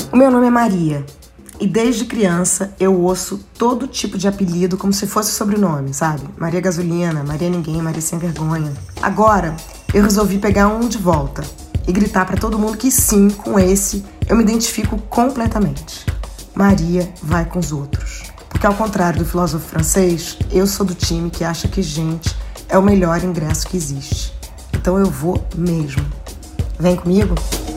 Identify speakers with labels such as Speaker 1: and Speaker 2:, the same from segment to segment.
Speaker 1: O meu nome é Maria e desde criança eu ouço todo tipo de apelido como se fosse sobrenome, sabe? Maria Gasolina, Maria Ninguém, Maria Sem Vergonha. Agora eu resolvi pegar um de volta e gritar pra todo mundo que sim, com esse eu me identifico completamente. Maria vai com os outros. Porque ao contrário do filósofo francês, eu sou do time que acha que gente é o melhor ingresso que existe. Então eu vou mesmo. Vem comigo?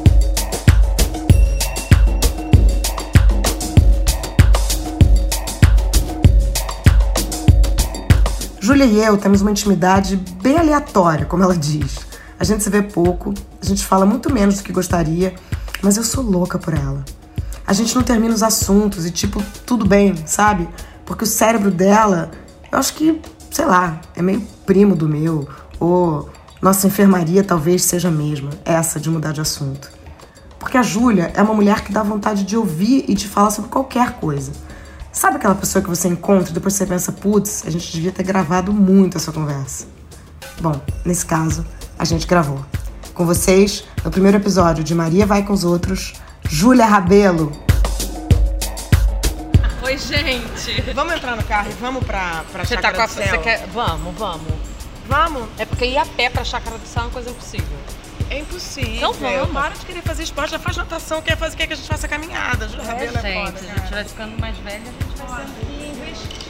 Speaker 1: Júlia e eu temos uma intimidade bem aleatória, como ela diz. A gente se vê pouco, a gente fala muito menos do que gostaria, mas eu sou louca por ela. A gente não termina os assuntos e tipo, tudo bem, sabe? Porque o cérebro dela, eu acho que, sei lá, é meio primo do meu, ou nossa enfermaria talvez seja a mesma, essa de mudar de assunto. Porque a Júlia é uma mulher que dá vontade de ouvir e de falar sobre qualquer coisa. Sabe aquela pessoa que você encontra e depois você pensa, putz, a gente devia ter gravado muito essa conversa? Bom, nesse caso, a gente gravou. Com vocês, no primeiro episódio de Maria Vai com os Outros, Júlia Rabelo.
Speaker 2: Oi, gente.
Speaker 3: Vamos entrar no carro e vamos pra Chácara do Céu?
Speaker 2: Você quer... Vamos.
Speaker 3: Vamos?
Speaker 2: É porque ir a pé pra Chácara do Céu é uma coisa impossível.
Speaker 3: É impossível.
Speaker 2: Então vamos.
Speaker 3: Para de querer fazer esporte, já faz natação, quer que a gente faça caminhada. Júlia Rabelo é
Speaker 2: gente,
Speaker 3: foda,
Speaker 2: se a
Speaker 3: cara.
Speaker 2: gente vai ficando mais velha, a gente vai tendo que investir.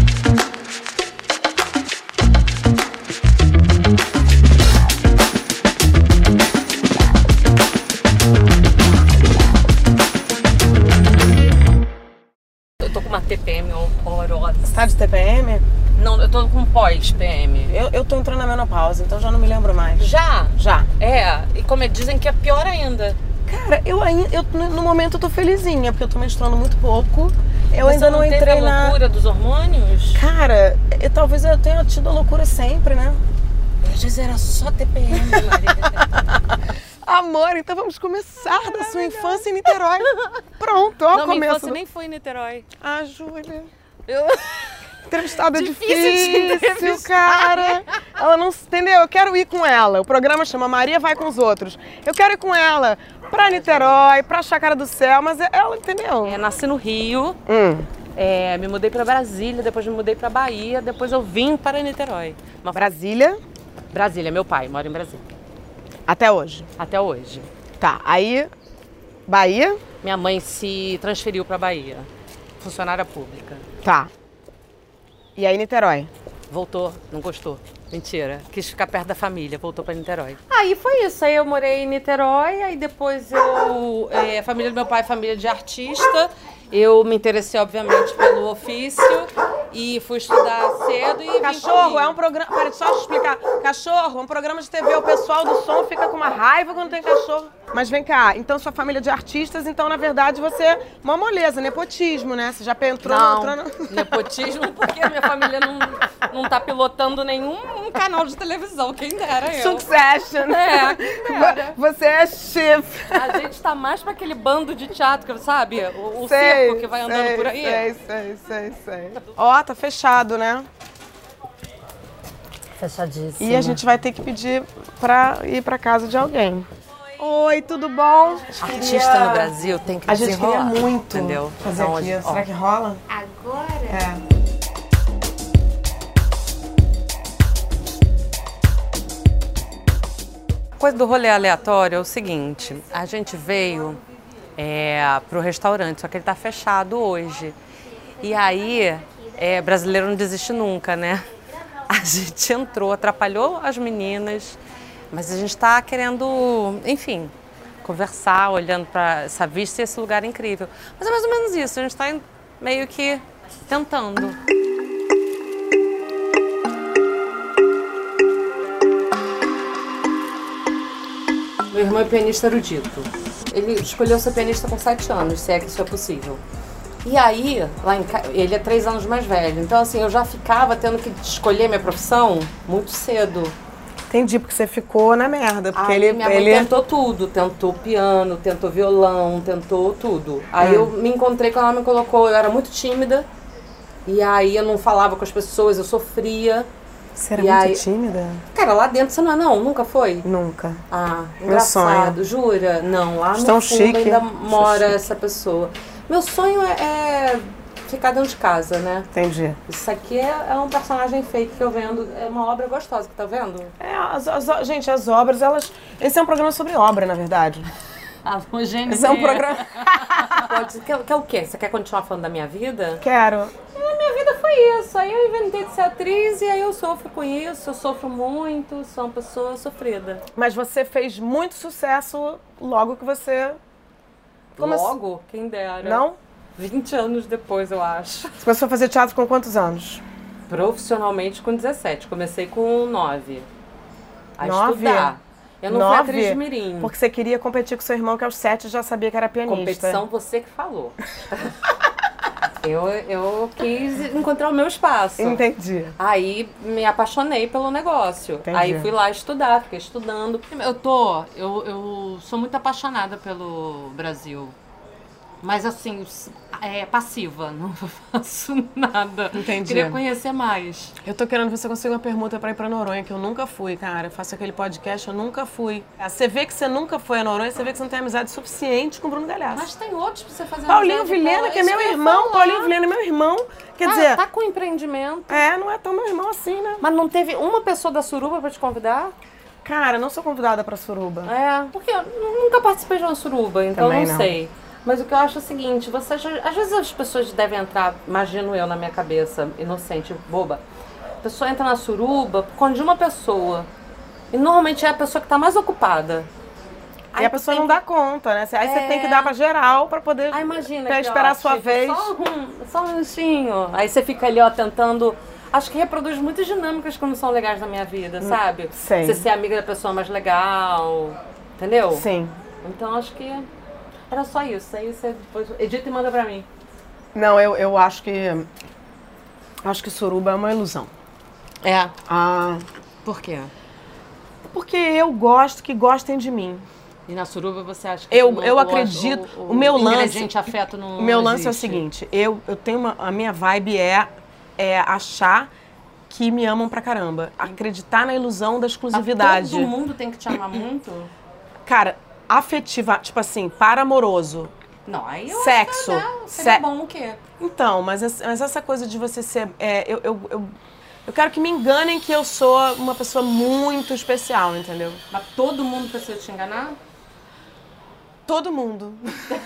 Speaker 2: Eu tô com uma TPM horrorosa.
Speaker 3: Você tá de TPM?
Speaker 2: Não, eu tô com pós-PM.
Speaker 3: Eu tô entrando na menopausa, então já não me lembro mais.
Speaker 2: Já?
Speaker 3: Já.
Speaker 2: É, e como dizem que é pior ainda.
Speaker 3: Cara, no momento eu tô felizinha, porque eu tô menstruando muito pouco. Eu ainda não entrei
Speaker 2: teve a loucura dos hormônios?
Speaker 3: Cara, talvez eu tenha tido a loucura sempre, né?
Speaker 2: Às vezes era só TPM, Maria.
Speaker 3: Amor, então vamos começar da sua infância em Niterói. Pronto, ó,
Speaker 2: Não,
Speaker 3: começo.
Speaker 2: minha infância nem foi em Niterói.
Speaker 3: Ah, Júlia.
Speaker 2: Eu...
Speaker 3: Entrevistada é
Speaker 2: Difícil de
Speaker 3: difícil,
Speaker 2: entrevistar.
Speaker 3: cara. Ela não... Entendeu? Eu quero ir com ela. O programa chama Maria Vai com os Outros. Eu quero ir com ela pra Niterói, pra Chácara do Céu, mas ela, entendeu?
Speaker 2: nasci no Rio, me mudei pra Brasília, depois me mudei pra Bahia, depois eu vim para Niterói.
Speaker 3: Brasília?
Speaker 2: Brasília, meu pai mora em Brasília.
Speaker 3: Até hoje.
Speaker 2: Até hoje.
Speaker 3: Tá, aí... Bahia?
Speaker 2: Minha mãe se transferiu pra Bahia, funcionária pública.
Speaker 3: Tá. E aí Niterói?
Speaker 2: Voltou, não gostou. Mentira, quis ficar perto da família, voltou pra Niterói. Aí foi isso, aí eu morei em Niterói, aí depois a família do meu pai é família de artista, eu me interessei obviamente pelo ofício e fui estudar cedo e
Speaker 3: Cachorro é um programa... Pera, só te explicar. Cachorro é um programa de TV, o pessoal do som fica com uma raiva quando tem cachorro. Mas vem cá, então sua família é de artistas, então na verdade você é uma moleza, nepotismo, né? Você já entrou no...
Speaker 2: Nepotismo porque a minha família não tá pilotando nenhum canal de televisão, quem dera eu.
Speaker 3: Succession.
Speaker 2: Quem dera.
Speaker 3: Você é chef.
Speaker 2: A gente tá mais pra aquele bando de teatro, sabe? O circo que vai andando por aí.
Speaker 3: Sei. Ó, tá fechado, né?
Speaker 2: Fechadíssimo.
Speaker 3: E a gente vai ter que pedir pra ir pra casa de alguém. Oi, tudo bom?
Speaker 2: Artista no Brasil tem que
Speaker 3: A gente queria
Speaker 2: desenrolar,
Speaker 3: muito
Speaker 2: entendeu?
Speaker 3: fazer
Speaker 2: Então,
Speaker 3: aqui.
Speaker 2: ó,
Speaker 3: Será que rola?
Speaker 4: Agora?
Speaker 3: É.
Speaker 2: Coisa do rolê aleatório é o seguinte, a gente veio pro restaurante, só que ele tá fechado hoje. E aí, brasileiro não desiste nunca, né? A gente entrou, atrapalhou as meninas, mas a gente tá querendo, enfim, conversar, olhando para essa vista e esse lugar incrível. Mas é mais ou menos isso, a gente tá meio que tentando. Meu irmão é pianista erudito. Ele escolheu ser pianista com 7 anos, se é que isso é possível. E aí, ele é 3 anos mais velho. Então, assim, eu já ficava tendo que escolher minha profissão muito cedo.
Speaker 3: Entendi, porque você ficou na merda. Porque
Speaker 2: Aí minha mãe tentou tudo. Tentou piano, tentou violão, tentou tudo. Aí eu me encontrei quando ela me colocou. Eu era muito tímida. E aí eu não falava com as pessoas, eu sofria.
Speaker 1: Você era
Speaker 2: E
Speaker 1: muito
Speaker 2: aí-
Speaker 1: tímida?
Speaker 2: Cara, lá dentro você não, nunca foi?
Speaker 1: Nunca.
Speaker 2: Ah,
Speaker 1: Meu sonho.
Speaker 2: engraçado, jura? Não, lá
Speaker 1: Tão
Speaker 2: no fundo
Speaker 1: chique.
Speaker 2: ainda
Speaker 1: Acho
Speaker 2: mora
Speaker 1: chique.
Speaker 2: essa pessoa. Meu sonho é ficar dentro de casa, né?
Speaker 1: Entendi.
Speaker 2: Isso aqui é um personagem fake que eu vendo, é uma obra gostosa que tá vendo?
Speaker 3: Gente, as obras, elas... Esse é um programa sobre obra, na verdade.
Speaker 2: Alô, gente.
Speaker 3: Esse é um programa...
Speaker 2: Quer o quê? Você quer continuar falando da minha vida?
Speaker 3: Quero.
Speaker 2: Minha vida foi isso. Aí eu inventei de ser atriz e aí eu sofro com isso. Eu sofro muito, sou uma pessoa sofrida.
Speaker 3: Mas você fez muito sucesso logo que você...
Speaker 2: Logo? Quem dera.
Speaker 3: Não?
Speaker 2: 20 anos depois, eu acho.
Speaker 3: Você começou a fazer teatro com quantos anos?
Speaker 2: Profissionalmente com 17. Comecei com 9. A
Speaker 3: 9?
Speaker 2: estudar. Eu não fui atriz de mirim.
Speaker 3: Porque você queria competir com seu irmão, que aos 7 já sabia que era pianista.
Speaker 2: Competição, você que falou. Eu quis encontrar o meu espaço.
Speaker 3: Entendi.
Speaker 2: Aí me apaixonei pelo negócio.
Speaker 3: Entendi.
Speaker 2: Aí fui lá estudar, fiquei estudando. Eu sou muito apaixonada pelo Brasil. Mas assim, passiva, não faço nada.
Speaker 3: Entendi.
Speaker 2: Queria conhecer mais.
Speaker 3: Eu tô querendo ver se eu consigo uma permuta pra ir pra Noronha, que eu nunca fui, cara. Eu faço aquele podcast, eu nunca fui. Você vê que você nunca foi a Noronha, você vê que você não tem amizade suficiente com o Bruno Galhaço.
Speaker 2: Mas tem outros pra você fazer
Speaker 3: Paulinho
Speaker 2: amizade,
Speaker 3: Vilhena,
Speaker 2: Paula.
Speaker 3: que é
Speaker 2: Isso
Speaker 3: meu
Speaker 2: eu ia
Speaker 3: irmão.
Speaker 2: falar.
Speaker 3: Paulinho Vilhena é meu irmão. Quer dizer,
Speaker 2: Tá com empreendimento.
Speaker 3: não é tão meu irmão assim, né?
Speaker 2: Mas não teve uma pessoa da Suruba pra te convidar?
Speaker 3: Cara, não sou convidada pra Suruba.
Speaker 2: Porque eu nunca participei de uma Suruba, então
Speaker 3: Também
Speaker 2: não
Speaker 3: não.
Speaker 2: sei. Mas o que eu acho é o seguinte, às vezes as pessoas devem entrar, imagino eu na minha cabeça, inocente, boba. A pessoa entra na Suruba por conta de uma pessoa. E normalmente é a pessoa que tá mais ocupada.
Speaker 3: E a pessoa não dá conta, né? Aí você tem que dar pra geral pra poder
Speaker 2: Imagina
Speaker 3: pra
Speaker 2: aqui,
Speaker 3: esperar
Speaker 2: ó,
Speaker 3: a sua
Speaker 2: tipo,
Speaker 3: vez.
Speaker 2: Só um minutinho. Aí você fica ali, ó, tentando... Acho que reproduz muitas dinâmicas que não são legais na minha vida, sabe?
Speaker 3: sei.
Speaker 2: Você ser amiga da pessoa mais legal, entendeu?
Speaker 3: Sim.
Speaker 2: Então acho que era só isso. Aí você depois edita e manda pra mim.
Speaker 3: Não, eu acho que... Acho que Suruba é uma ilusão.
Speaker 2: É.
Speaker 3: Ah,
Speaker 2: Por quê?
Speaker 3: porque eu gosto que gostem de mim.
Speaker 2: E na Suruba você acha que
Speaker 3: Eu acredito, o meu lance...
Speaker 2: ingrediente afeto não
Speaker 3: O meu lance é o
Speaker 2: existe?
Speaker 3: seguinte, eu tenho a minha vibe é achar que me amam pra caramba. Acreditar na ilusão da exclusividade.
Speaker 2: Todo mundo tem que te amar muito?
Speaker 3: Cara, afetiva, tipo assim, para amoroso.
Speaker 2: Não, aí eu
Speaker 3: Sexo.
Speaker 2: acho que seria bom o quê?
Speaker 3: Então, mas essa coisa de você ser... eu quero que me enganem que eu sou uma pessoa muito especial, entendeu?
Speaker 2: Mas todo mundo precisa te enganar?
Speaker 3: Todo mundo.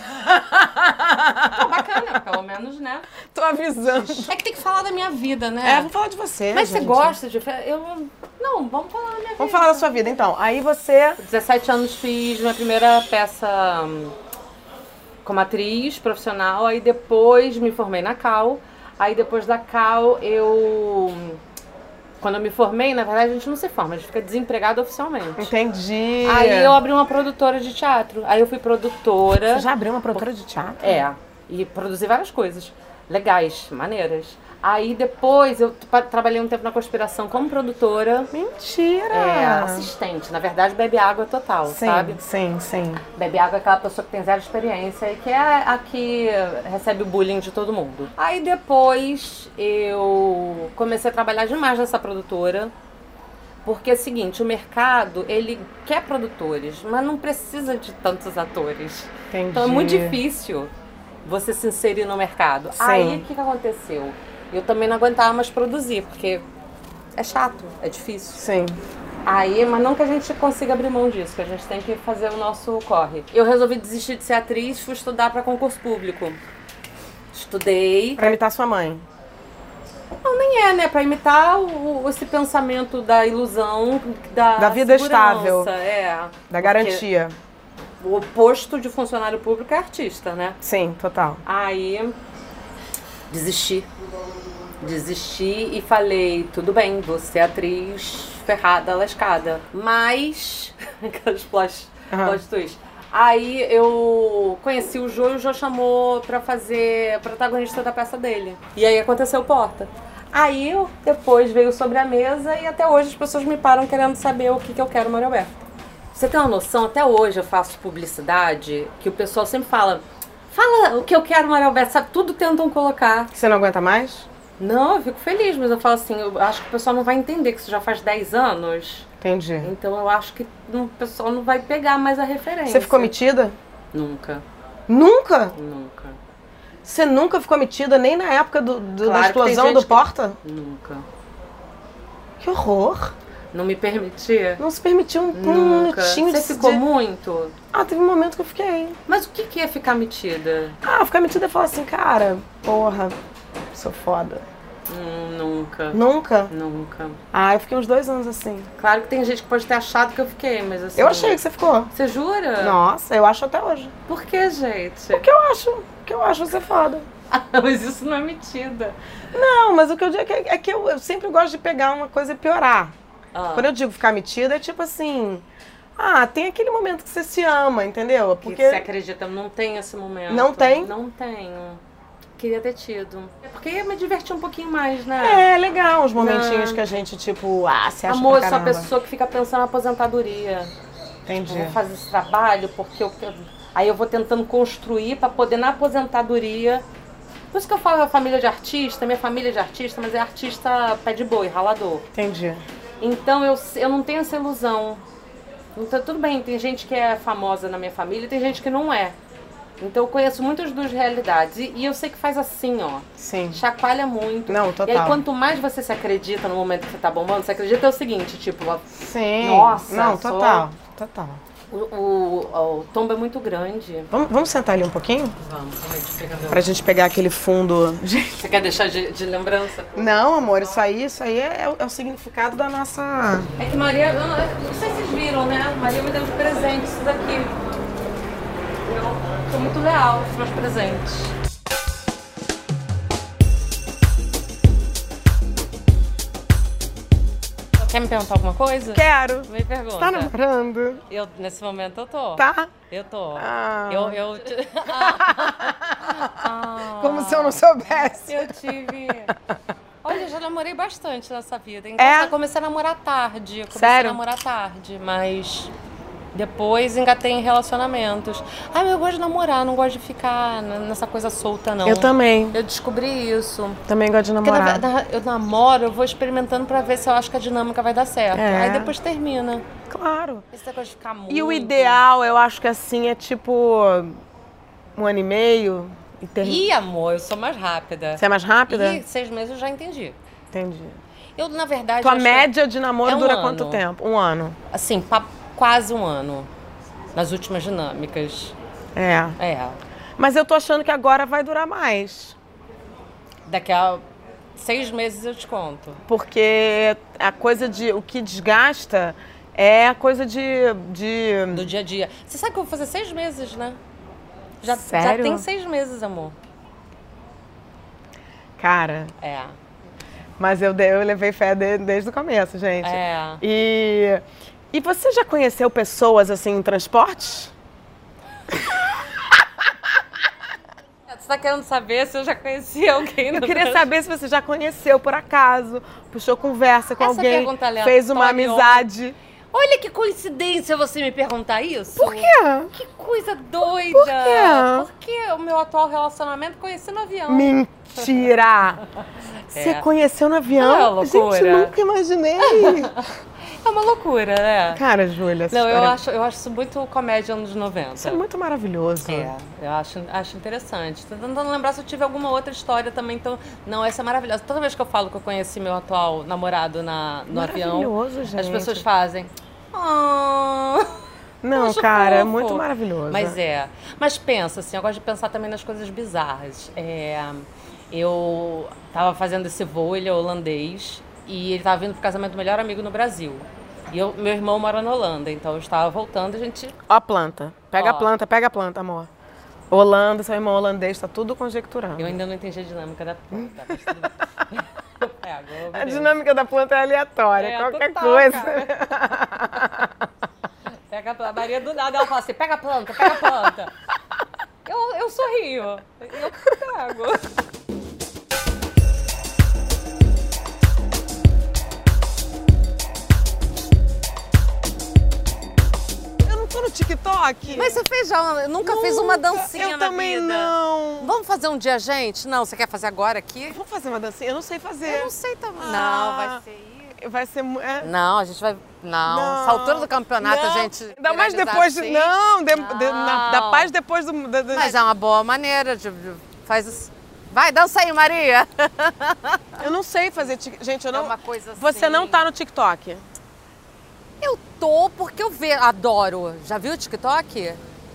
Speaker 2: Pô, bacana, pelo menos, né?
Speaker 3: Tô avisando.
Speaker 2: É que tem que falar da minha vida, né?
Speaker 3: Vamos falar de você,
Speaker 2: Mas
Speaker 3: gente.
Speaker 2: você gosta de... Não, vamos falar da minha vida.
Speaker 3: Vamos falar da sua vida, então. Aí você...
Speaker 2: 17 anos fiz minha primeira peça como atriz profissional, aí depois me formei na Cal, aí depois da Cal quando eu me formei, na verdade a gente não se forma, a gente fica desempregado oficialmente.
Speaker 3: Entendi.
Speaker 2: Aí eu abri uma produtora de teatro, aí eu fui produtora.
Speaker 3: Você já abriu uma produtora de teatro?
Speaker 2: E produzi várias coisas legais, maneiras. Aí depois eu trabalhei um tempo na Conspiração como produtora.
Speaker 3: Mentira!
Speaker 2: Assistente. Na verdade, bebe água total,
Speaker 3: Sim,
Speaker 2: sabe?
Speaker 3: sim.
Speaker 2: Bebe água é aquela pessoa que tem zero experiência e que é a que recebe o bullying de todo mundo. Aí depois eu comecei a trabalhar demais nessa produtora. Porque é o seguinte, o mercado, ele quer produtores, mas não precisa de tantos atores.
Speaker 3: Entendi.
Speaker 2: Então é muito difícil você se inserir no mercado.
Speaker 3: Sim.
Speaker 2: Aí o que aconteceu? Eu também não aguentava mais produzir, porque é chato, é difícil.
Speaker 3: Sim.
Speaker 2: Aí, mas não que a gente consiga abrir mão disso, que a gente tem que fazer o nosso corre. Eu resolvi desistir de ser atriz, fui estudar para concurso público. Estudei.
Speaker 3: Pra imitar sua mãe.
Speaker 2: Não, nem é, né? Pra imitar esse pensamento da ilusão,
Speaker 3: Da vida
Speaker 2: segurança,
Speaker 3: estável.
Speaker 2: Da
Speaker 3: Da garantia.
Speaker 2: O oposto de funcionário público é artista, né?
Speaker 3: Sim, total.
Speaker 2: Aí desisti e falei, tudo bem, você é atriz ferrada, lascada. Mas, aquelas plot twist. Aí eu conheci o Jô e o Jô chamou pra fazer protagonista da peça dele. E aí aconteceu Porta. Aí depois veio Sobre a Mesa e até hoje as pessoas me param querendo saber o que eu quero, Maria Alberta. Você tem uma noção, até hoje eu faço publicidade, que o pessoal sempre fala o que eu quero, Maria Alberta, sabe? Tudo tentam colocar.
Speaker 3: Você não aguenta mais?
Speaker 2: Não, eu fico feliz, mas eu falo assim, eu acho que o pessoal não vai entender que isso já faz 10 anos.
Speaker 3: Entendi.
Speaker 2: Então eu acho que o pessoal não vai pegar mais a referência.
Speaker 3: Você ficou metida?
Speaker 2: Nunca.
Speaker 3: Nunca?
Speaker 2: Nunca.
Speaker 3: Você nunca ficou metida nem na época da explosão do Porta?
Speaker 2: Nunca.
Speaker 3: Que horror.
Speaker 2: Não me permitia?
Speaker 3: Não se permitiu um minutinho de...
Speaker 2: Você ficou muito?
Speaker 3: Ah, teve um momento que eu fiquei.
Speaker 2: Mas o que é ficar metida?
Speaker 3: Ah, ficar metida é falar assim, cara, porra, sou foda.
Speaker 2: Nunca.
Speaker 3: Nunca?
Speaker 2: Nunca.
Speaker 3: Ah, eu fiquei uns 2 anos assim.
Speaker 2: Claro que tem gente que pode ter achado que eu fiquei, mas assim...
Speaker 3: Eu achei que você ficou.
Speaker 2: Você jura?
Speaker 3: Nossa, eu acho até hoje.
Speaker 2: Por que, gente?
Speaker 3: Porque eu acho você foda.
Speaker 2: Mas isso não é metida.
Speaker 3: Não, mas o que eu digo é que eu sempre gosto de pegar uma coisa e piorar. Quando eu digo ficar metida, é tipo assim... Ah, tem aquele momento que você se ama, entendeu?
Speaker 2: Porque você acredita, não tem esse momento.
Speaker 3: Não tem?
Speaker 2: Não tenho. Queria ter tido. É porque ia me divertir um pouquinho mais, né?
Speaker 3: É, legal os momentinhos que a gente, tipo, se acha
Speaker 2: amor,
Speaker 3: pra
Speaker 2: eu sou a
Speaker 3: caramba.
Speaker 2: pessoa que fica pensando na aposentadoria.
Speaker 3: Entendi.
Speaker 2: Eu vou fazer esse trabalho porque aí eu vou tentando construir pra poder na aposentadoria. Por isso que eu falo a família de artista, minha família é de artista, mas é artista pé de boi, ralador.
Speaker 3: Entendi.
Speaker 2: Então eu não tenho essa ilusão. Então tudo bem, tem gente que é famosa na minha família e tem gente que não é. Então eu conheço muitas duas realidades. E eu sei que faz assim, ó.
Speaker 3: Sim.
Speaker 2: Chacoalha muito.
Speaker 3: Não, total.
Speaker 2: E aí quanto mais você se acredita no momento que você tá bombando, você acredita é o seguinte, tipo...
Speaker 3: Sim.
Speaker 2: Nossa,
Speaker 3: não, total. Total.
Speaker 2: O tombo é muito grande.
Speaker 3: Vamos sentar ali um pouquinho?
Speaker 2: Vamos,
Speaker 3: pra gente pegar aquele fundo.
Speaker 2: Você quer deixar de lembrança?
Speaker 3: Não, amor, isso aí é o significado da nossa...
Speaker 2: É que Maria, eu não sei se vocês viram, né? Maria me deu de presente isso daqui. Eu sou muito leal aos meus presentes. Quer me perguntar alguma coisa?
Speaker 3: Quero.
Speaker 2: Me pergunta.
Speaker 3: Você tá namorando?
Speaker 2: Nesse momento eu tô.
Speaker 3: Tá?
Speaker 2: Eu tô.
Speaker 3: Ah. Como se eu não soubesse.
Speaker 2: Eu tive... Olha, eu já namorei bastante nessa vida. Então, eu comecei a namorar tarde.
Speaker 3: Sério?
Speaker 2: A namorar tarde, mas... Depois engatei em relacionamentos. Ah, eu gosto de namorar, não gosto de ficar nessa coisa solta, não.
Speaker 3: Eu também.
Speaker 2: Eu descobri isso.
Speaker 3: Também gosto de namorar.
Speaker 2: Porque eu namoro, eu vou experimentando pra ver se eu acho que a dinâmica vai dar certo.
Speaker 3: É.
Speaker 2: Aí depois termina.
Speaker 3: Claro.
Speaker 2: Esse negócio de ficar muito...
Speaker 3: E o ideal, eu acho que assim, é tipo 1 ano e meio e termina.
Speaker 2: Ih, amor, eu sou mais rápida.
Speaker 3: Você é mais rápida?
Speaker 2: E 6 meses eu já entendi.
Speaker 3: Entendi.
Speaker 2: Eu, na verdade...
Speaker 3: Tua média de namoro dura quanto
Speaker 2: ano.
Speaker 3: tempo? 1 ano.
Speaker 2: Assim, quase 1 ano. Nas últimas dinâmicas.
Speaker 3: É. Mas eu tô achando que agora vai durar mais.
Speaker 2: Daqui a 6 meses eu te conto.
Speaker 3: Porque a coisa de... O que desgasta é a coisa
Speaker 2: do dia a dia. Você sabe que eu vou fazer 6 meses, né?
Speaker 3: Sério?
Speaker 2: Já tem 6 meses, amor.
Speaker 3: Cara...
Speaker 2: É.
Speaker 3: Mas eu levei fé desde o começo, gente.
Speaker 2: É.
Speaker 3: E você já conheceu pessoas assim em transporte?
Speaker 2: Você tá querendo saber se eu já conheci alguém no
Speaker 3: Eu queria saber se você já conheceu por acaso, puxou conversa com alguém, fez uma amizade.
Speaker 2: Olha que coincidência você me perguntar isso.
Speaker 3: Por quê?
Speaker 2: Que coisa doida.
Speaker 3: Por quê?
Speaker 2: Porque o meu atual relacionamento conheci no avião.
Speaker 3: Mentira! Você conheceu no avião?
Speaker 2: É uma loucura.
Speaker 3: Gente, nunca imaginei.
Speaker 2: É uma loucura, né?
Speaker 3: Cara, Júlia, essa
Speaker 2: Não,
Speaker 3: história...
Speaker 2: eu acho isso muito comédia anos 90.
Speaker 3: Isso é muito maravilhoso.
Speaker 2: Eu acho interessante. Tô tentando lembrar se eu tive alguma outra história também. Então, não, essa é maravilhosa. Toda vez que eu falo que eu conheci meu atual namorado no avião,
Speaker 3: gente.
Speaker 2: as pessoas fazem...
Speaker 3: Não, cara, é muito maravilhoso.
Speaker 2: Mas pensa, assim, eu gosto de pensar também nas coisas bizarras. Eu tava fazendo esse voo, ele é holandês, e ele tava vindo pro casamento do melhor amigo no Brasil. E meu irmão mora na Holanda, então eu estava voltando e a gente...
Speaker 3: Ó a planta. Pega a planta, amor. Holanda, seu irmão holandês, tá tudo conjecturando.
Speaker 2: Eu ainda não entendi a dinâmica da planta. Mas tudo bem.
Speaker 3: A dinâmica da planta é aleatória, qualquer coisa.
Speaker 2: Pega a Maria do nada, ela fala assim, pega a planta. Eu sorrio, eu pego.
Speaker 3: tô no TikTok.
Speaker 2: Mas você fez já, nunca fez uma dancinha
Speaker 3: eu
Speaker 2: na
Speaker 3: também
Speaker 2: vida.
Speaker 3: não.
Speaker 2: Vamos fazer um dia, gente? Não, você quer fazer agora aqui?
Speaker 3: Vamos fazer uma dancinha? Eu não sei fazer.
Speaker 2: Eu não sei também.
Speaker 3: Ah.
Speaker 2: Não, vai ser...
Speaker 3: Vai ser...
Speaker 2: Não, a gente vai... Não, essa altura do campeonato a gente...
Speaker 3: Ainda mais depois de...
Speaker 2: assim.
Speaker 3: Não, da paz depois do...
Speaker 2: Mas é uma boa maneira de... Faz... Vai, dança aí, Maria!
Speaker 3: Eu não sei fazer... Gente, eu não...
Speaker 2: É uma coisa assim...
Speaker 3: Você não tá no TikTok?
Speaker 2: Eu tô porque eu adoro. Já viu o TikTok?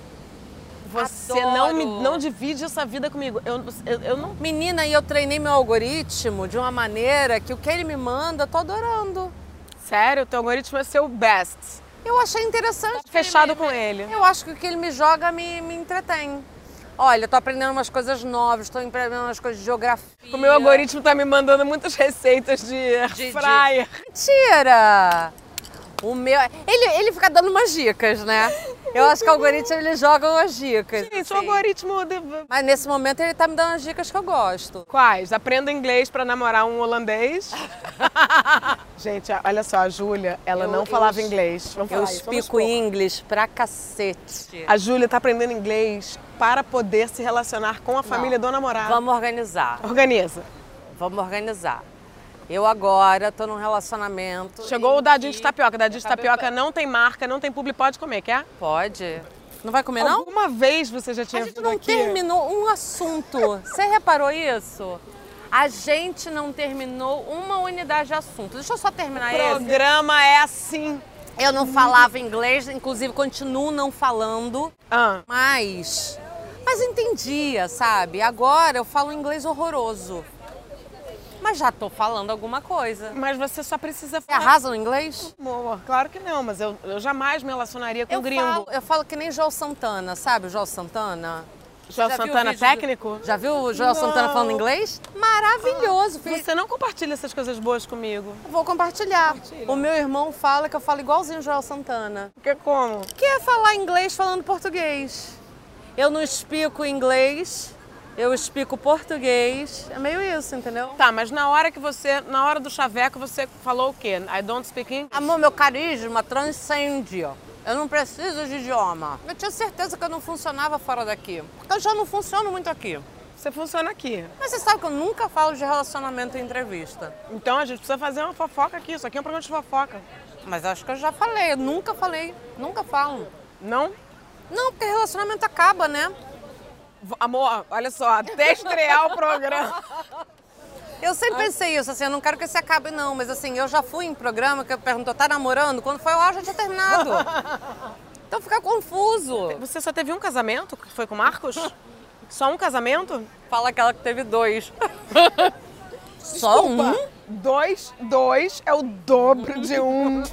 Speaker 3: Você não divide essa vida comigo. Eu não...
Speaker 2: Menina, e eu treinei meu algoritmo de uma maneira que o que ele me manda, eu tô adorando.
Speaker 3: Sério? O teu algoritmo é seu best.
Speaker 2: Eu achei interessante.
Speaker 3: Tá fechado com ele.
Speaker 2: Eu acho que o que ele me joga me entretém. Olha, eu tô aprendendo umas coisas novas, tô aprendendo umas coisas de geografia.
Speaker 3: O meu algoritmo tá me mandando muitas receitas de fryer.
Speaker 2: Mentira! O meu... Ele fica dando umas dicas, né? Eu acho que o algoritmo, ele joga umas dicas.
Speaker 3: Gente,
Speaker 2: assim.
Speaker 3: o algoritmo...
Speaker 2: Mas nesse momento ele tá me dando as dicas que eu gosto.
Speaker 3: Quais? Aprenda inglês pra namorar um holandês. Gente, olha só, a Júlia, ela não falava inglês. Vamos
Speaker 2: Eu
Speaker 3: falar isso, vamos
Speaker 2: explico
Speaker 3: expor.
Speaker 2: inglês pra cacete.
Speaker 3: A Júlia tá aprendendo inglês para poder se relacionar com a família do namorado.
Speaker 2: Vamos organizar.
Speaker 3: Organiza.
Speaker 2: Vamos organizar. Eu agora tô num relacionamento...
Speaker 3: Chegou o dadinho de
Speaker 2: que-
Speaker 3: tapioca. Dadinho de tapioca não tem marca, não tem publi, pode comer, quer?
Speaker 2: Pode. Não vai comer, não?
Speaker 3: Alguma vez você já tinha
Speaker 2: A gente
Speaker 3: vindo
Speaker 2: não
Speaker 3: aqui?
Speaker 2: terminou um assunto. Você reparou isso? A gente não terminou uma unidade de assunto. Deixa eu só terminar
Speaker 3: O
Speaker 2: esse.
Speaker 3: programa é assim.
Speaker 2: Eu não falava inglês, inclusive continuo não falando,
Speaker 3: Ah,
Speaker 2: mas entendia, sabe? Agora eu falo inglês horroroso. Mas já tô falando alguma coisa.
Speaker 3: mas você só precisa
Speaker 2: Você
Speaker 3: falar.
Speaker 2: arrasa no inglês?
Speaker 3: Amor, claro que não, mas eu jamais me relacionaria com um gringo.
Speaker 2: Eu falo que nem Joel Santana, sabe o Joel Santana?
Speaker 3: Joel
Speaker 2: Já viu o
Speaker 3: Santana
Speaker 2: vídeo do-
Speaker 3: técnico?
Speaker 2: Já viu o Joel Santana
Speaker 3: Não.
Speaker 2: falando inglês? Maravilhoso, filho.
Speaker 3: Você não compartilha essas coisas boas comigo.
Speaker 2: Vou compartilhar. O meu irmão fala que eu falo igualzinho o Joel Santana.
Speaker 3: Porque como?
Speaker 2: Que é falar inglês falando português. Eu não explico inglês, eu explico português. É meio isso, entendeu?
Speaker 3: Tá, mas na hora do chaveco, você falou o quê? I don't speak English?
Speaker 2: Amor, meu carisma transcende. Eu não preciso de idioma. Eu tinha certeza que eu não funcionava fora daqui. Porque eu já não funciono muito aqui.
Speaker 3: Você funciona aqui.
Speaker 2: Mas você sabe que eu nunca falo de relacionamento em entrevista.
Speaker 3: Então a gente precisa fazer uma fofoca aqui. Isso aqui é um programa de fofoca.
Speaker 2: Mas acho que eu já falei. Eu nunca falei. Nunca falo.
Speaker 3: Não?
Speaker 2: Não, porque relacionamento acaba, né?
Speaker 3: Amor, olha só, até estrear o programa.
Speaker 2: Eu sempre pensei isso, assim, eu não quero que esse acabe não, mas assim, eu já fui em programa que perguntou, tá namorando? Quando foi lá, já tinha terminado. Então fica confuso.
Speaker 3: Você só teve um casamento, que foi com o Marcos? Só um casamento?
Speaker 2: Fala aquela que teve 2. Só um?
Speaker 3: Dois é o dobro de um.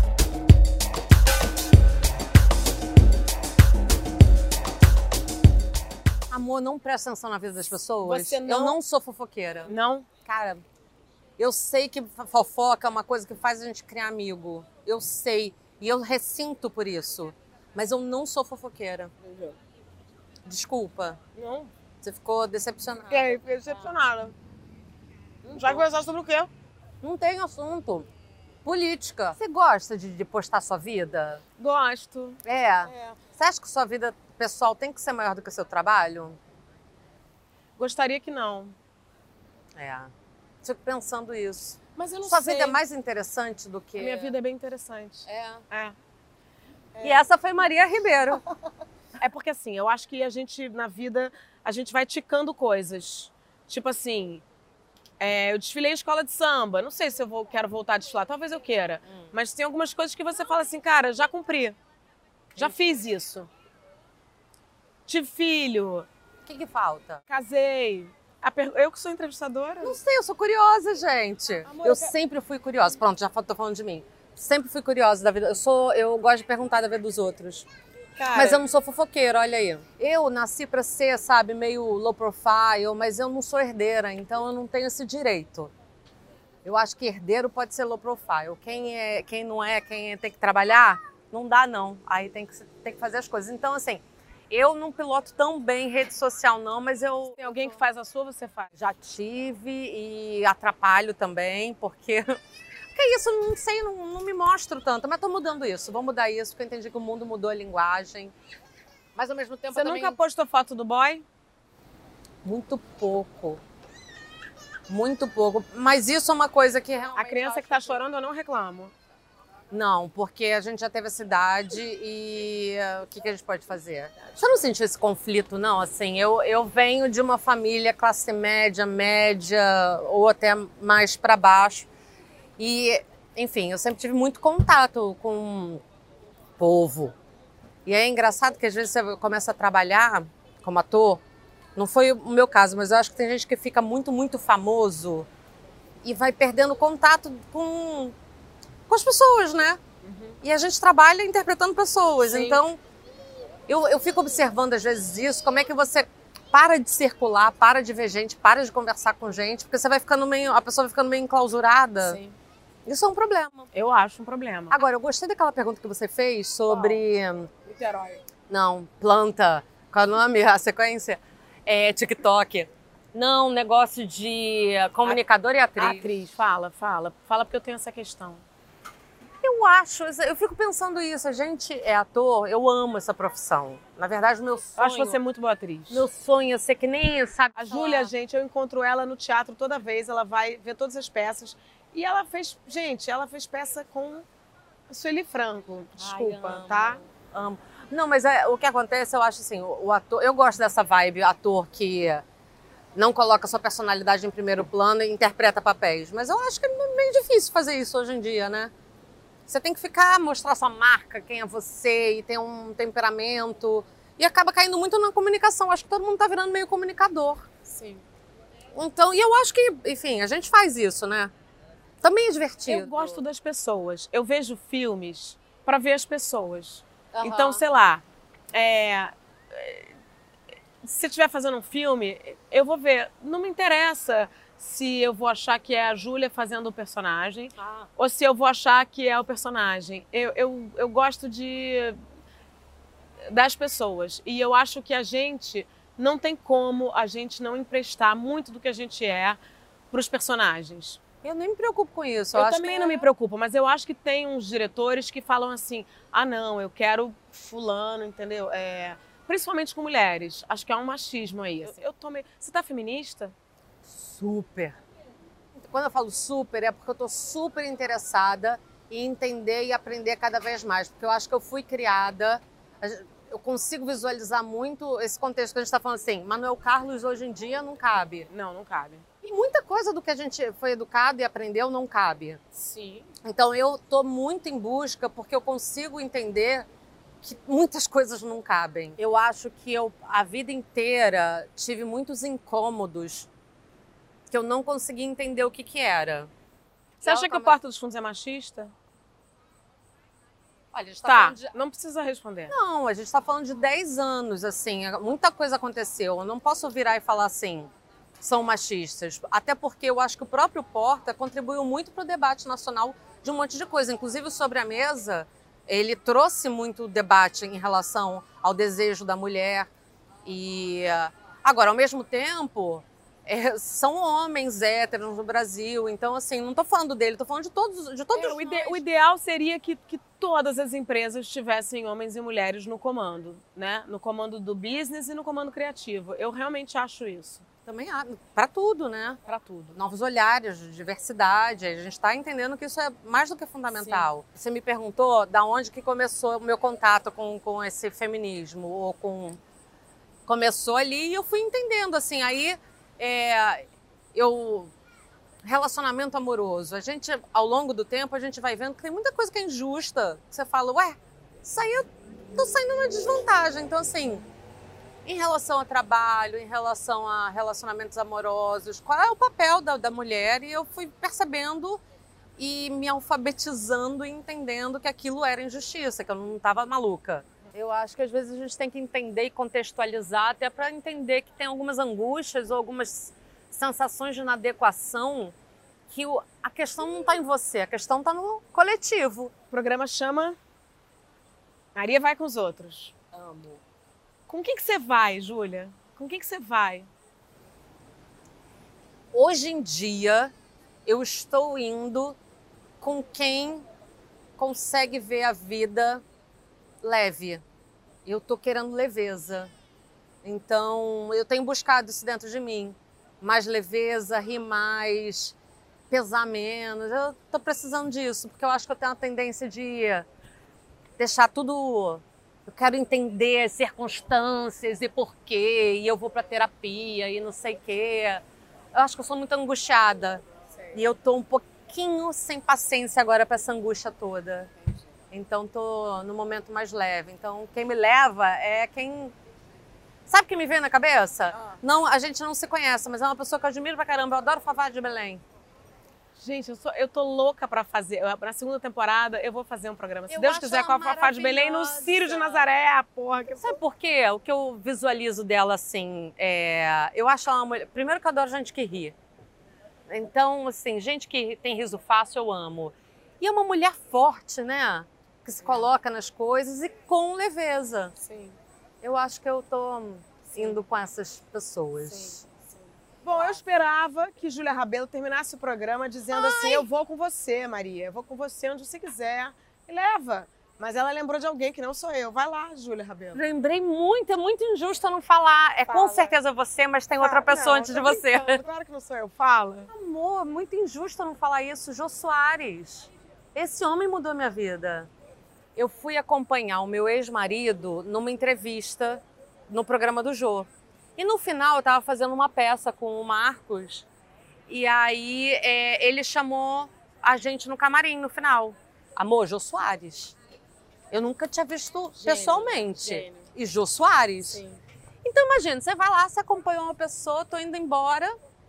Speaker 2: Amor, não presta atenção na vida das pessoas.
Speaker 3: Você não-
Speaker 2: Eu não sou fofoqueira.
Speaker 3: Não?
Speaker 2: Cara, eu sei que fofoca é uma coisa que faz a gente criar amigo. Eu sei. E eu ressinto por isso. Mas eu não sou fofoqueira. Desculpa.
Speaker 3: Não.
Speaker 2: Você ficou decepcionada.
Speaker 3: E aí, fiquei decepcionada. Já conversar sobre o quê?
Speaker 2: Não tem assunto. Política. Você gosta de postar sua vida?
Speaker 3: Gosto.
Speaker 2: É. Você acha que sua vida pessoal tem que ser maior do que o seu trabalho?
Speaker 3: Gostaria que não.
Speaker 2: É. Fico pensando isso.
Speaker 3: Mas eu não
Speaker 2: Sua
Speaker 3: sei.
Speaker 2: vida é mais interessante do que...
Speaker 3: A minha vida é bem interessante.
Speaker 2: É.
Speaker 3: É.
Speaker 2: E essa foi Maria Ribeiro.
Speaker 3: É porque assim, eu acho que a gente, na vida, a gente vai ticando coisas. Tipo assim, eu desfilei em escola de samba. Não sei se eu quero voltar a desfilar, talvez eu queira. Mas tem algumas coisas que você fala assim, cara, já cumpri. Já fiz isso. Tive filho,
Speaker 2: O que falta?
Speaker 3: casei. Eu que sou entrevistadora?
Speaker 2: Não sei, eu sou curiosa, gente.
Speaker 3: Amor,
Speaker 2: Eu
Speaker 3: eu quero-
Speaker 2: sempre fui curiosa. Pronto, já tô falando de mim. Sempre fui curiosa da vida. Eu gosto de perguntar da vida dos outros.
Speaker 3: Cara,
Speaker 2: Mas eu não sou fofoqueira, olha aí. Eu nasci pra ser, sabe, meio low profile, mas eu não sou herdeira, então eu não tenho esse direito. Eu acho que herdeiro pode ser low profile. Quem não é, quem tem que trabalhar, não dá não. Aí tem que fazer as coisas. Então, assim, eu não piloto tão bem rede social não, mas eu
Speaker 3: tem alguém que faz a sua, você faz.
Speaker 2: já tive e atrapalho também, porque Que é isso, eu não sei, não me mostro tanto, mas tô mudando isso. Vou mudar isso, porque eu entendi que o mundo mudou a linguagem. Mas ao mesmo tempo
Speaker 3: Você nunca postou foto do boy?
Speaker 2: Muito pouco. Muito pouco. Mas isso é uma coisa que realmente...
Speaker 3: A criança que tá chorando, eu não reclamo.
Speaker 2: Não, porque a gente já teve essa idade e o que a gente pode fazer? Você não sentiu esse conflito, não? Assim, eu venho de uma família classe média, ou até mais para baixo. E, enfim, eu sempre tive muito contato com o povo. E é engraçado que às vezes você começa a trabalhar como ator. Não foi o meu caso, mas eu acho que tem gente que fica muito, muito famoso e vai perdendo contato com as pessoas, né? E a gente trabalha interpretando pessoas.
Speaker 3: Sim.
Speaker 2: Então, eu fico observando às vezes isso, como é que você para de circular, para de ver gente, para de conversar com gente, porque você vai ficando a pessoa vai ficando meio enclausurada.
Speaker 3: Sim.
Speaker 2: Isso é um problema.
Speaker 3: Eu acho um problema.
Speaker 2: Agora, eu gostei daquela pergunta que você fez sobre...
Speaker 3: Niterói.
Speaker 2: Não, planta. Qual é o nome? A sequência? TikTok. Não, negócio de comunicador e atriz.
Speaker 3: Atriz, fala. Fala porque eu tenho essa questão.
Speaker 2: Eu fico pensando isso, a gente é ator, eu amo essa profissão. Na verdade, o meu sonho...
Speaker 3: Eu acho você muito boa atriz.
Speaker 2: Meu sonho é ser que nem, sabe?
Speaker 3: A Júlia, gente, eu encontro ela no teatro toda vez, ela vai ver todas as peças. E ela fez peça com a Sueli Franco. Desculpa,
Speaker 2: amo,
Speaker 3: tá?
Speaker 2: Amo. Não, mas o que acontece, eu acho assim, o ator... Eu gosto dessa vibe, ator que não coloca sua personalidade em primeiro plano e interpreta papéis. Mas eu acho que é meio difícil fazer isso hoje em dia, né? Você tem que mostrar sua marca, quem é você, e tem um temperamento. E acaba caindo muito na comunicação. Acho que todo mundo tá virando meio comunicador.
Speaker 3: Sim.
Speaker 2: Então, e eu acho que, enfim, a gente faz isso, né? Também é divertido.
Speaker 3: Eu gosto das pessoas. Eu vejo filmes para ver as pessoas.
Speaker 2: Uhum.
Speaker 3: Então, sei lá, se estiver fazendo um filme, eu vou ver. Não me interessa se eu vou achar que é a Júlia fazendo o personagem ou se eu vou achar que é o personagem. Eu gosto das pessoas. E eu acho que a gente não tem como a gente não emprestar muito do que a gente é para os personagens.
Speaker 2: Eu nem me preocupo com isso.
Speaker 3: Eu também não me preocupo, mas eu acho que tem uns diretores que falam assim, não, eu quero fulano, entendeu? Principalmente com mulheres. Acho que há um machismo aí. Assim. Você tá feminista?
Speaker 2: Super. Quando eu falo super, é porque eu tô super interessada em entender e aprender cada vez mais. Porque eu acho que eu fui criada... Eu consigo visualizar muito esse contexto que a gente está falando assim, Manuel Carlos hoje em dia não cabe.
Speaker 3: Não cabe.
Speaker 2: E muita coisa do que a gente foi educado e aprendeu não cabe.
Speaker 3: Sim.
Speaker 2: Então eu estou muito em busca porque eu consigo entender que muitas coisas não cabem. Eu acho que eu a vida inteira tive muitos incômodos que eu não conseguia entender o que era.
Speaker 3: Você acha que o Porta dos Fundos é machista?
Speaker 2: Olha, a gente tá falando de...
Speaker 3: Não precisa responder.
Speaker 2: Não, a gente está falando de 10 anos, assim, muita coisa aconteceu. Eu não posso virar e falar assim, são machistas. Até porque eu acho que o próprio Porta contribuiu muito para o debate nacional de um monte de coisa. Inclusive, sobre a mesa, ele trouxe muito debate em relação ao desejo da mulher. E agora, ao mesmo tempo, são homens héteros no Brasil. Então, assim, não estou falando dele, estou falando de todos
Speaker 3: o ideal seria que todas as empresas tivessem homens e mulheres no comando, né? No comando do business e no comando criativo. Eu realmente acho isso.
Speaker 2: Também para tudo, né?
Speaker 3: Para tudo.
Speaker 2: Novos olhares, de diversidade. A gente está entendendo que isso é mais do que fundamental. Sim. Você me perguntou da onde que começou o meu contato com esse feminismo ou começou ali e eu fui entendendo assim. Aí relacionamento amoroso. A gente, ao longo do tempo, a gente vai vendo que tem muita coisa que é injusta. Você fala, isso aí eu tô saindo na desvantagem. Então, assim, em relação ao trabalho, em relação a relacionamentos amorosos, qual é o papel da mulher? E eu fui percebendo e me alfabetizando e entendendo que aquilo era injustiça, que eu não estava maluca. Eu acho que às vezes a gente tem que entender e contextualizar até para entender que tem algumas angústias ou algumas sensações de inadequação que a questão não está em você, a questão está no coletivo.
Speaker 3: O programa chama Maria Vai com os Outros.
Speaker 2: Amo.
Speaker 3: Com quem que você vai, Júlia? Com quem que você vai?
Speaker 2: Hoje em dia, eu estou indo com quem consegue ver a vida leve. Eu tô querendo leveza. Então, eu tenho buscado isso dentro de mim. Mais leveza, rir mais, pesar menos. Eu tô precisando disso, porque eu acho que eu tenho uma tendência de deixar tudo... Eu quero entender as circunstâncias e porquê, e eu vou pra terapia e não sei o quê. Eu acho que eu sou muito angustiada. E eu tô um pouquinho sem paciência agora pra essa angústia toda. Então, tô no momento mais leve. Então, quem me leva é quem... Sabe o que me veio na cabeça? Não, a gente não se conhece, mas é uma pessoa que eu admiro pra caramba. Eu adoro Fafá de Belém.
Speaker 3: Gente, eu tô louca pra fazer. Na segunda temporada, eu vou fazer um programa, se Deus quiser, com a Fafá de Belém no Círio de Nazaré, porra.
Speaker 2: Sabe por quê? O que eu visualizo dela, assim, eu acho ela uma mulher... Primeiro que eu adoro gente que ri. Então, assim, gente que tem riso fácil, eu amo. E é uma mulher forte, né? Que se coloca nas coisas e com leveza.
Speaker 3: Sim.
Speaker 2: Eu acho que eu tô indo com essas pessoas.
Speaker 3: Sim. Bom, eu esperava que Júlia Rabelo terminasse o programa dizendo assim, eu vou com você, Maria, eu vou com você onde você quiser. E leva. Mas ela lembrou de alguém que não sou eu. Vai lá, Júlia Rabelo.
Speaker 2: Lembrei muito, é muito injusto eu não falar.
Speaker 3: Fala.
Speaker 2: Com certeza você, mas tem outra pessoa antes de você.
Speaker 3: Claro que não sou eu. Fala.
Speaker 2: Amor, muito injusto eu não falar isso. Jô Soares. Esse homem mudou minha vida. Eu fui acompanhar o meu ex-marido numa entrevista no programa do Jô. E no final eu estava fazendo uma peça com o Marcos e aí ele chamou a gente no camarim no final. Amor, Jô Soares. Eu nunca tinha visto pessoalmente.
Speaker 3: Gênio.
Speaker 2: E Jô Soares.
Speaker 3: Sim.
Speaker 2: Então imagina, você vai lá, você acompanhou uma pessoa, tô indo embora.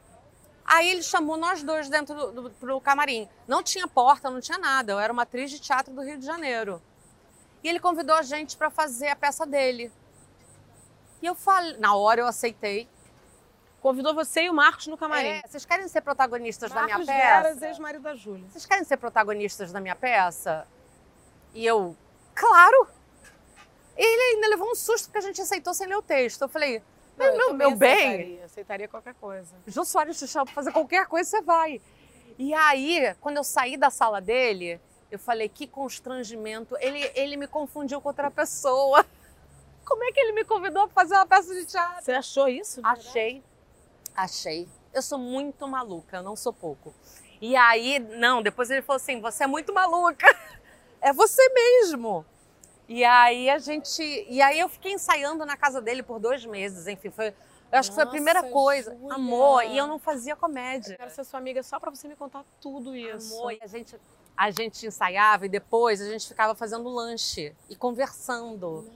Speaker 2: Aí ele chamou nós dois dentro do camarim. Não tinha porta, não tinha nada. Eu era uma atriz de teatro do Rio de Janeiro. E ele convidou a gente para fazer a peça dele. E eu falei, na hora eu aceitei.
Speaker 3: Convidou você e o Marcos no camarim.
Speaker 2: Vocês querem ser protagonistas da minha
Speaker 3: Marcos
Speaker 2: peça?
Speaker 3: Veras, ex-marido da Júlia.
Speaker 2: Vocês querem ser protagonistas da minha peça? E eu, claro! E ele ainda levou um susto porque a gente aceitou sem ler o texto. Eu falei, meu bem,
Speaker 3: aceitaria qualquer coisa.
Speaker 2: Jô Soares te chama pra fazer qualquer coisa, você vai. E aí, quando eu saí da sala dele, eu falei, que constrangimento. Ele me confundiu com outra pessoa. Como é que ele me convidou pra fazer uma peça de teatro?
Speaker 3: Você achou isso?
Speaker 2: Achei. Eu sou muito maluca, eu não sou pouco. E aí, depois ele falou assim, você é muito maluca. É você mesmo. E aí eu fiquei ensaiando na casa dele por 2 meses, enfim, eu acho que foi a primeira coisa.
Speaker 3: Júlia.
Speaker 2: Amor, e eu não fazia comédia.
Speaker 3: Eu quero ser sua amiga só pra você me contar tudo isso.
Speaker 2: Amor, e a gente ensaiava e depois a gente ficava fazendo lanche e conversando.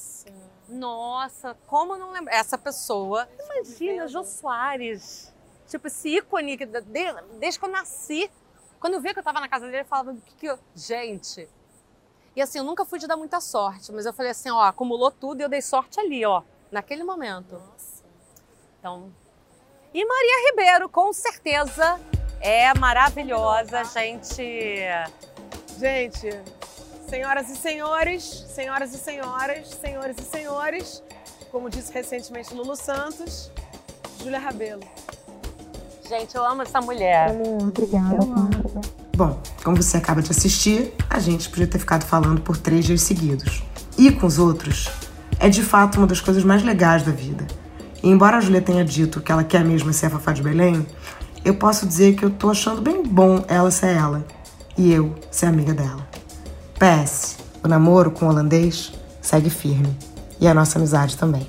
Speaker 2: Nossa, como eu não lembro? Essa pessoa, imagina, Jô Soares. Tipo, esse ícone, desde que eu nasci. Quando eu via que eu tava na casa dele, ele falava, gente... E assim, eu nunca fui de dar muita sorte, mas eu falei assim, ó, acumulou tudo e eu dei sorte ali, ó, naquele momento.
Speaker 3: Nossa.
Speaker 2: Então... E Maria Ribeiro, com certeza, é maravilhosa, gente.
Speaker 3: Gente... Senhoras e senhores, senhoras e senhoras, senhores e senhores, como disse recentemente Lulu Santos, Júlia Rabelo.
Speaker 2: Gente, eu amo essa mulher.
Speaker 1: Obrigada. Bom, como você acaba de assistir, a gente podia ter ficado falando por 3 dias seguidos. E com os outros, é de fato uma das coisas mais legais da vida. E embora a Júlia tenha dito que ela quer mesmo ser a Fafá de Belém, eu posso dizer que eu tô achando bem bom ela ser ela e eu ser amiga dela. PS, o namoro com o holandês segue firme. E a nossa amizade também.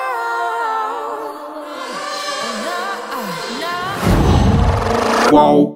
Speaker 4: Qual?